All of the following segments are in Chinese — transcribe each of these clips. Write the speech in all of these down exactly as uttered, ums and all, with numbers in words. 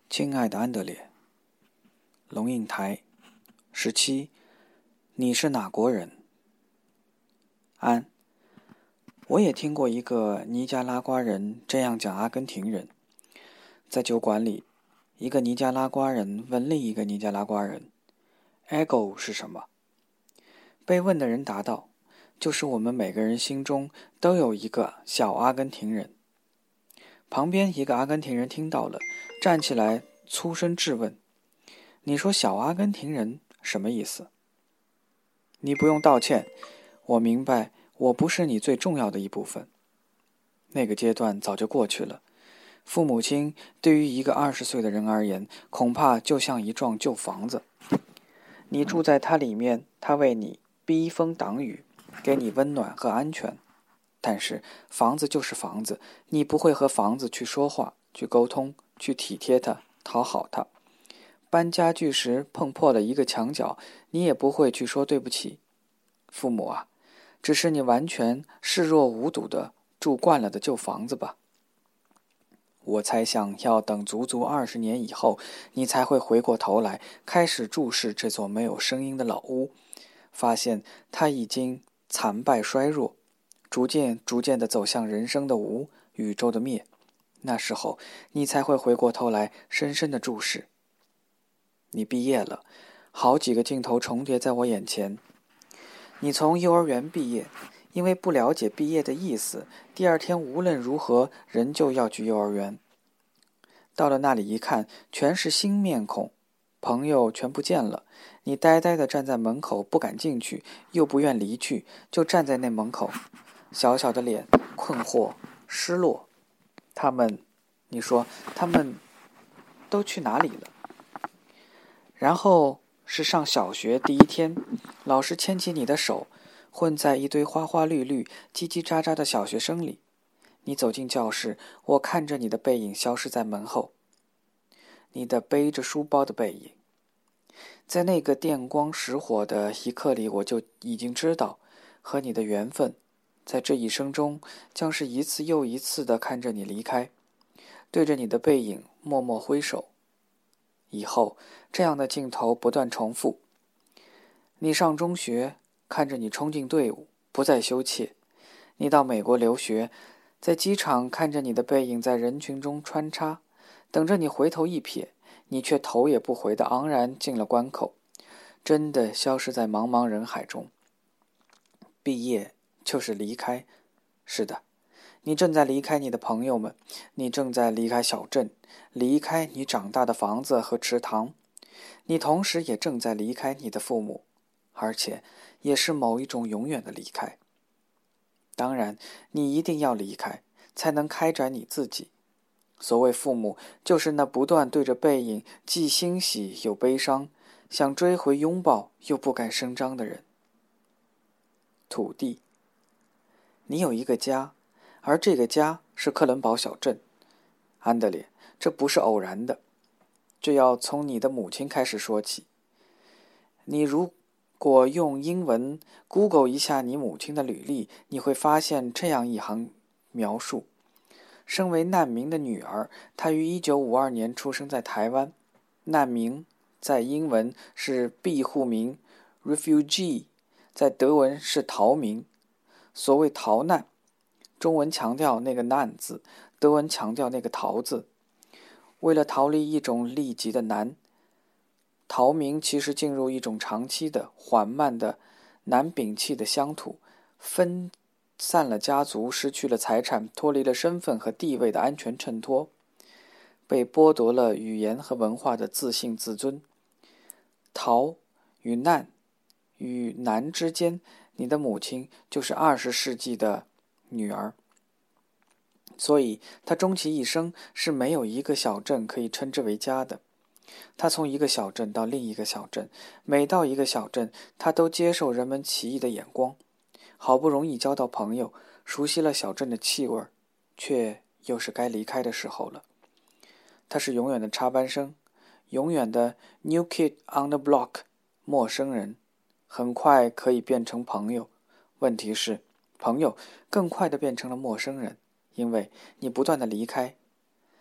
亲爱的安德烈，龙应台，十七，你是哪国人？安，我也听过一个尼加拉瓜人这样讲阿根廷人。在酒馆里，一个尼加拉瓜人问另一个尼加拉瓜人 ：“ego 是什么？”被问的人答道：“就是我们每个人心中都有一个小阿根廷人。”旁边一个阿根廷人听到了，站起来粗声质问：“你说小阿根廷人什么意思？”你不用道歉，我明白我不是你最重要的一部分。那个阶段早就过去了。父母亲对于一个二十岁的人而言，恐怕就像一幢旧房子。你住在它里面，它为你避风挡雨，给你温暖和安全。但是房子就是房子，你不会和房子去说话、去沟通、去体贴它、讨好它。搬家具时碰破了一个墙角，你也不会去说对不起。父母啊，只是你完全视若无睹的住惯了的旧房子吧。我猜想要等足足二十年以后，你才会回过头来，开始注视这座没有声音的老屋，发现它已经残败衰弱，逐渐逐渐地走向人生的无，宇宙的灭。那时候，你才会回过头来，深深地注视。你毕业了，好几个镜头重叠在我眼前。你从幼儿园毕业，因为不了解毕业的意思，第二天无论如何仍旧要去幼儿园。到了那里一看，全是新面孔，朋友全不见了。你呆呆地站在门口，不敢进去，又不愿离去，就站在那门口，小小的脸，困惑、失落。他们，你说，他们都去哪里了？然后是上小学第一天，老师牵起你的手，混在一堆花花绿绿、叽叽喳喳的小学生里。你走进教室，我看着你的背影消失在门后，你的背着书包的背影。在那个电光石火的一刻里，我就已经知道，和你的缘分，在这一生中，将是一次又一次地看着你离开，对着你的背影默默挥手。以后，这样的镜头不断重复。你上中学，看着你冲进队伍，不再羞怯；你到美国留学，在机场看着你的背影在人群中穿插，等着你回头一瞥，你却头也不回地昂然进了关口，真的消失在茫茫人海中。毕业就是离开，是的，你正在离开你的朋友们，你正在离开小镇，离开你长大的房子和池塘，你同时也正在离开你的父母，而且也是某一种永远的离开。当然，你一定要离开，才能开展你自己。所谓父母，就是那不断对着背影既欣喜又悲伤，想追回拥抱又不敢声张的人。土地，你有一个家，而这个家是克伦堡小镇。安德烈，这不是偶然的，这要从你的母亲开始说起。你如果用英文 Google 一下你母亲的履历，你会发现这样一行描述：身为难民的女儿，她于一九五二年出生在台湾。难民在英文是庇护民 refugee， 在德文是逃民。所谓逃难，中文强调那个难字，德文强调那个逃字。为了逃离一种立即的难，逃民其实进入一种长期的、缓慢的、难摒弃的乡土，分散了家族，失去了财产，脱离了身份和地位的安全衬托，被剥夺了语言和文化的自信自尊。逃与难与难之间，你的母亲就是二十世纪的女儿，所以她终其一生是没有一个小镇可以称之为家的。他从一个小镇到另一个小镇，每到一个小镇，他都接受人们奇异的眼光。好不容易交到朋友，熟悉了小镇的气味，却又是该离开的时候了。他是永远的插班生，永远的 new kid on the block， 陌生人，很快可以变成朋友。问题是，朋友更快地变成了陌生人，因为你不断地离开。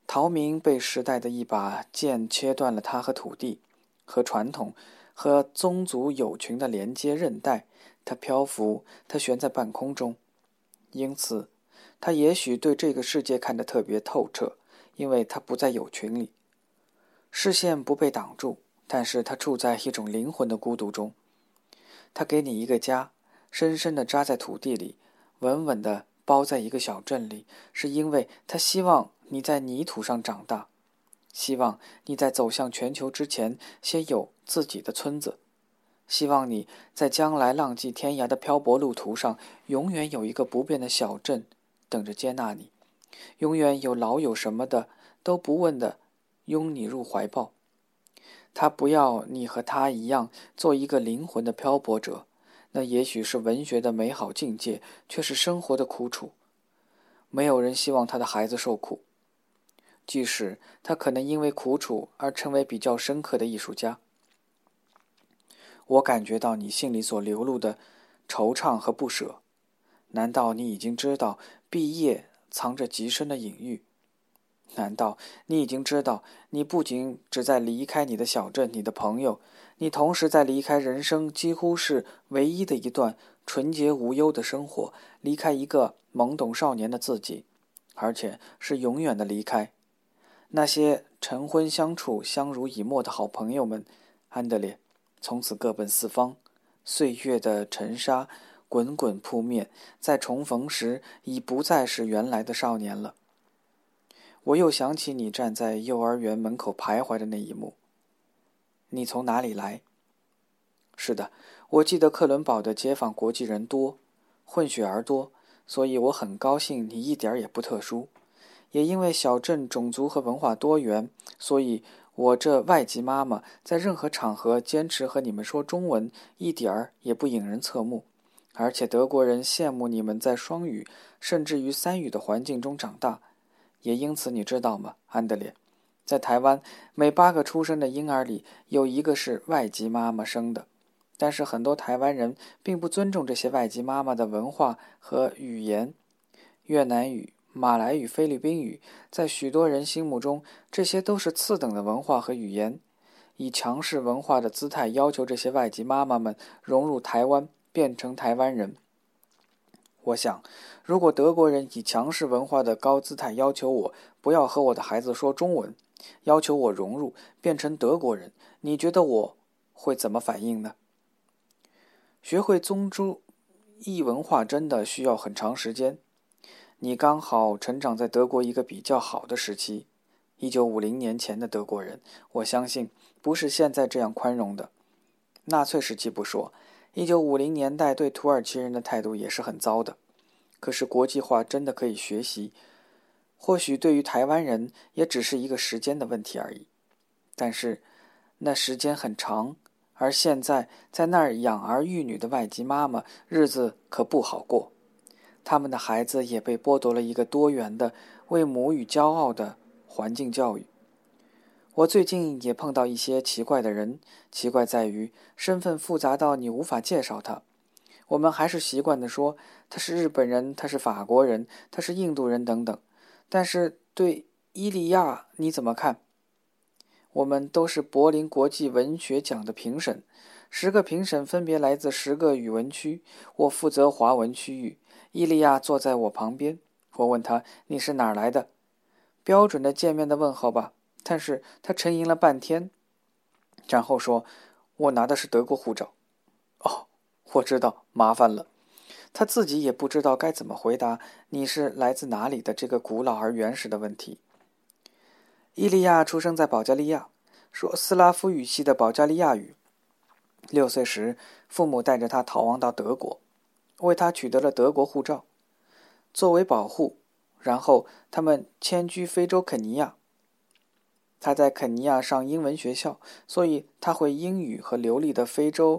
逃民被时代的一把剑切断了他和土地、和传统、和宗族友群的连接韧带。他漂浮，他悬在半空中。因此，他也许对这个世界看得特别透彻，因为他不在友群里，视线不被挡住，但是他处在一种灵魂的孤独中。他给你一个家，深深地扎在土地里，稳稳地包在一个小镇里，是因为他希望你在泥土上长大，希望你在走向全球之前先有自己的村子，希望你在将来浪迹天涯的漂泊路途上永远有一个不变的小镇等着接纳你，永远有老友什么的都不问的拥你入怀抱。他不要你和他一样做一个灵魂的漂泊者，那也许是文学的美好境界，却是生活的苦楚。没有人希望他的孩子受苦，即使他可能因为苦楚而成为比较深刻的艺术家。我感觉到你心里所流露的惆怅和不舍。难道你已经知道毕业藏着极深的隐喻？难道你已经知道，你不仅只在离开你的小镇、你的朋友，你同时在离开人生几乎是唯一的一段纯洁无忧的生活，离开一个懵懂少年的自己，而且是永远的离开。那些晨昏相处、相濡以沫的好朋友们，安德烈，从此各奔四方，岁月的尘沙滚滚扑面，在重逢时已不再是原来的少年了。我又想起你站在幼儿园门口徘徊的那一幕。你从哪里来？是的，我记得克伦堡的街坊国际人多，混血儿多，所以我很高兴你一点也不特殊。也因为小镇种族和文化多元，所以我这外籍妈妈在任何场合坚持和你们说中文，一点儿也不引人侧目。而且德国人羡慕你们在双语甚至于三语的环境中长大。也因此你知道吗，安德烈，在台湾每八个出生的婴儿里有一个是外籍妈妈生的。但是很多台湾人并不尊重这些外籍妈妈的文化和语言。越南语、马来语、菲律宾语，在许多人心目中，这些都是次等的文化和语言，以强势文化的姿态要求这些外籍妈妈们融入台湾，变成台湾人。我想，如果德国人以强势文化的高姿态要求我不要和我的孩子说中文，要求我融入，变成德国人，你觉得我会怎么反应呢？学会宗族异文化真的需要很长时间。你刚好成长在德国一个比较好的时期，一九五零年前的德国人，我相信不是现在这样宽容的。纳粹时期不说，一九五零年代对土耳其人的态度也是很糟的。可是国际化真的可以学习，或许对于台湾人也只是一个时间的问题而已。但是那时间很长，而现在在那儿养儿育女的外籍妈妈日子可不好过，他们的孩子也被剥夺了一个多元的、为母语骄傲的环境教育。我最近也碰到一些奇怪的人，奇怪在于身份复杂到你无法介绍他。我们还是习惯地说他是日本人，他是法国人，他是印度人等等。但是对伊利亚你怎么看？我们都是柏林国际文学奖的评审，十个评审分别来自十个语文区，我负责华文区域。伊利亚坐在我旁边，我问他你是哪儿来的？标准的见面的问候吧，但是他沉吟了半天，然后说我拿的是德国护照。哦，我知道，麻烦了。他自己也不知道该怎么回答你是来自哪里的这个古老而原始的问题。伊利亚出生在保加利亚，说斯拉夫语系的保加利亚语。六岁时，父母带着他逃亡到德国，为他取得了德国护照，作为保护。然后他们迁居非洲肯尼亚。他在肯尼亚上英文学校，所以他会英语和流利的非洲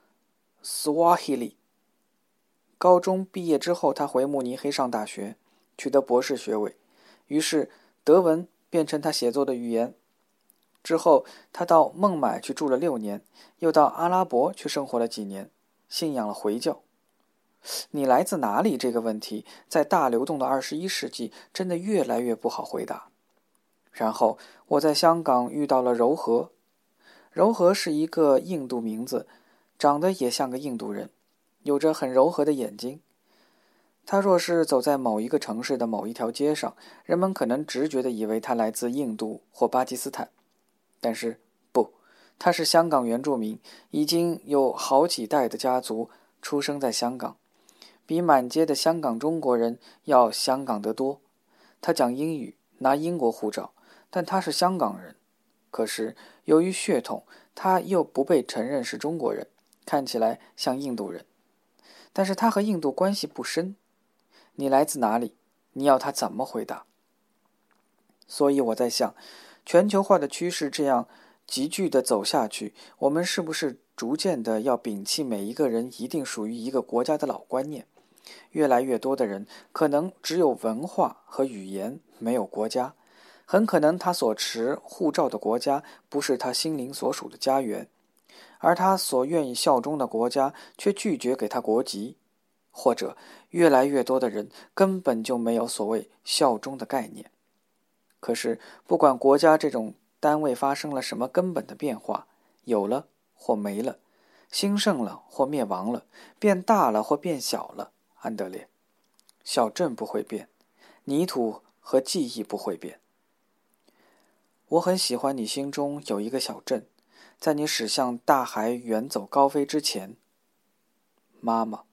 Swahili。高中毕业之后，他回慕尼黑上大学，取得博士学位。于是德文变成他写作的语言。之后他到孟买去住了六年，又到阿拉伯去生活了几年，信仰了回教。你来自哪里这个问题，在大流动的二十一世纪真的越来越不好回答。 然后我在香港遇到了柔和。柔和是一个印度名字，长得也像个印度人，有着很柔和的眼睛。他若是走在某一个城市的某一条街上，人们可能直觉地以为他来自印度或巴基斯坦，但是不，他是香港原住民，已经有好几代的家族出生在香港，比满街的香港中国人要香港得多。他讲英语，拿英国护照，但他是香港人。可是由于血统，他又不被承认是中国人，看起来像印度人。但是他和印度关系不深。你来自哪里？你要他怎么回答？所以我在想，全球化的趋势这样急剧地走下去，我们是不是逐渐的要摒弃每一个人一定属于一个国家的老观念？越来越多的人可能只有文化和语言，没有国家。很可能他所持护照的国家不是他心灵所属的家园，而他所愿意效忠的国家却拒绝给他国籍。或者越来越多的人根本就没有所谓效忠的概念。可是不管国家这种单位发生了什么根本的变化，有了或没了，兴盛了或灭亡了，变大了或变小了，安德烈，小镇不会变，泥土和记忆不会变。我很喜欢你心中有一个小镇，在你驶向大海远走高飞之前。妈妈。